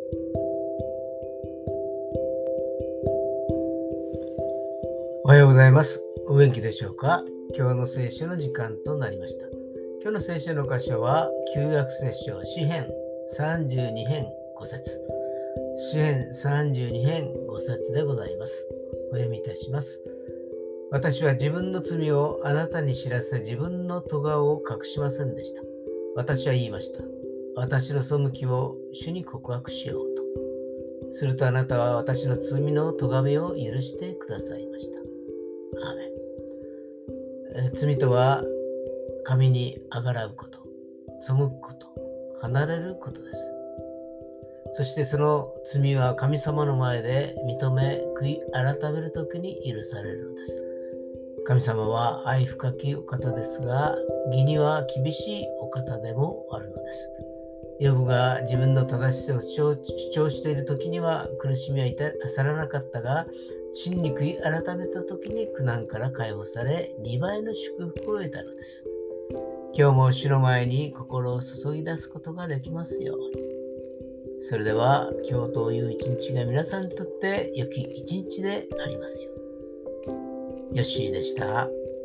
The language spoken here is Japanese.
おはようございます。お元気でしょうか？今日の聖書の時間となりました。今日の聖書の箇所は旧約聖書詩編32編5節詩編32編5節でございます。お読みいたします。私は自分の罪をあなたに知らせ、自分の咎を隠しませんでした。私は言いました。私の背きを主に告白しようと。するとあなたは私の罪の咎めを許してくださいました。アーメン。罪とは神にあがらうこと、背くこと、離れることです。そしてその罪は神様の前で認め、悔い改めるときに許されるのです。神様は愛深きお方ですが、義には厳しいお方でもあるのです。ヨブが自分の正しさを主張しているときには苦しみは去らなかったが、真に悔い改めたときに苦難から解放され、2倍の祝福を得たのです。今日も主の前に心を注ぎ出すことができますように。それでは今日という一日が皆さんにとって良き一日でありますように。ヨッシーでした。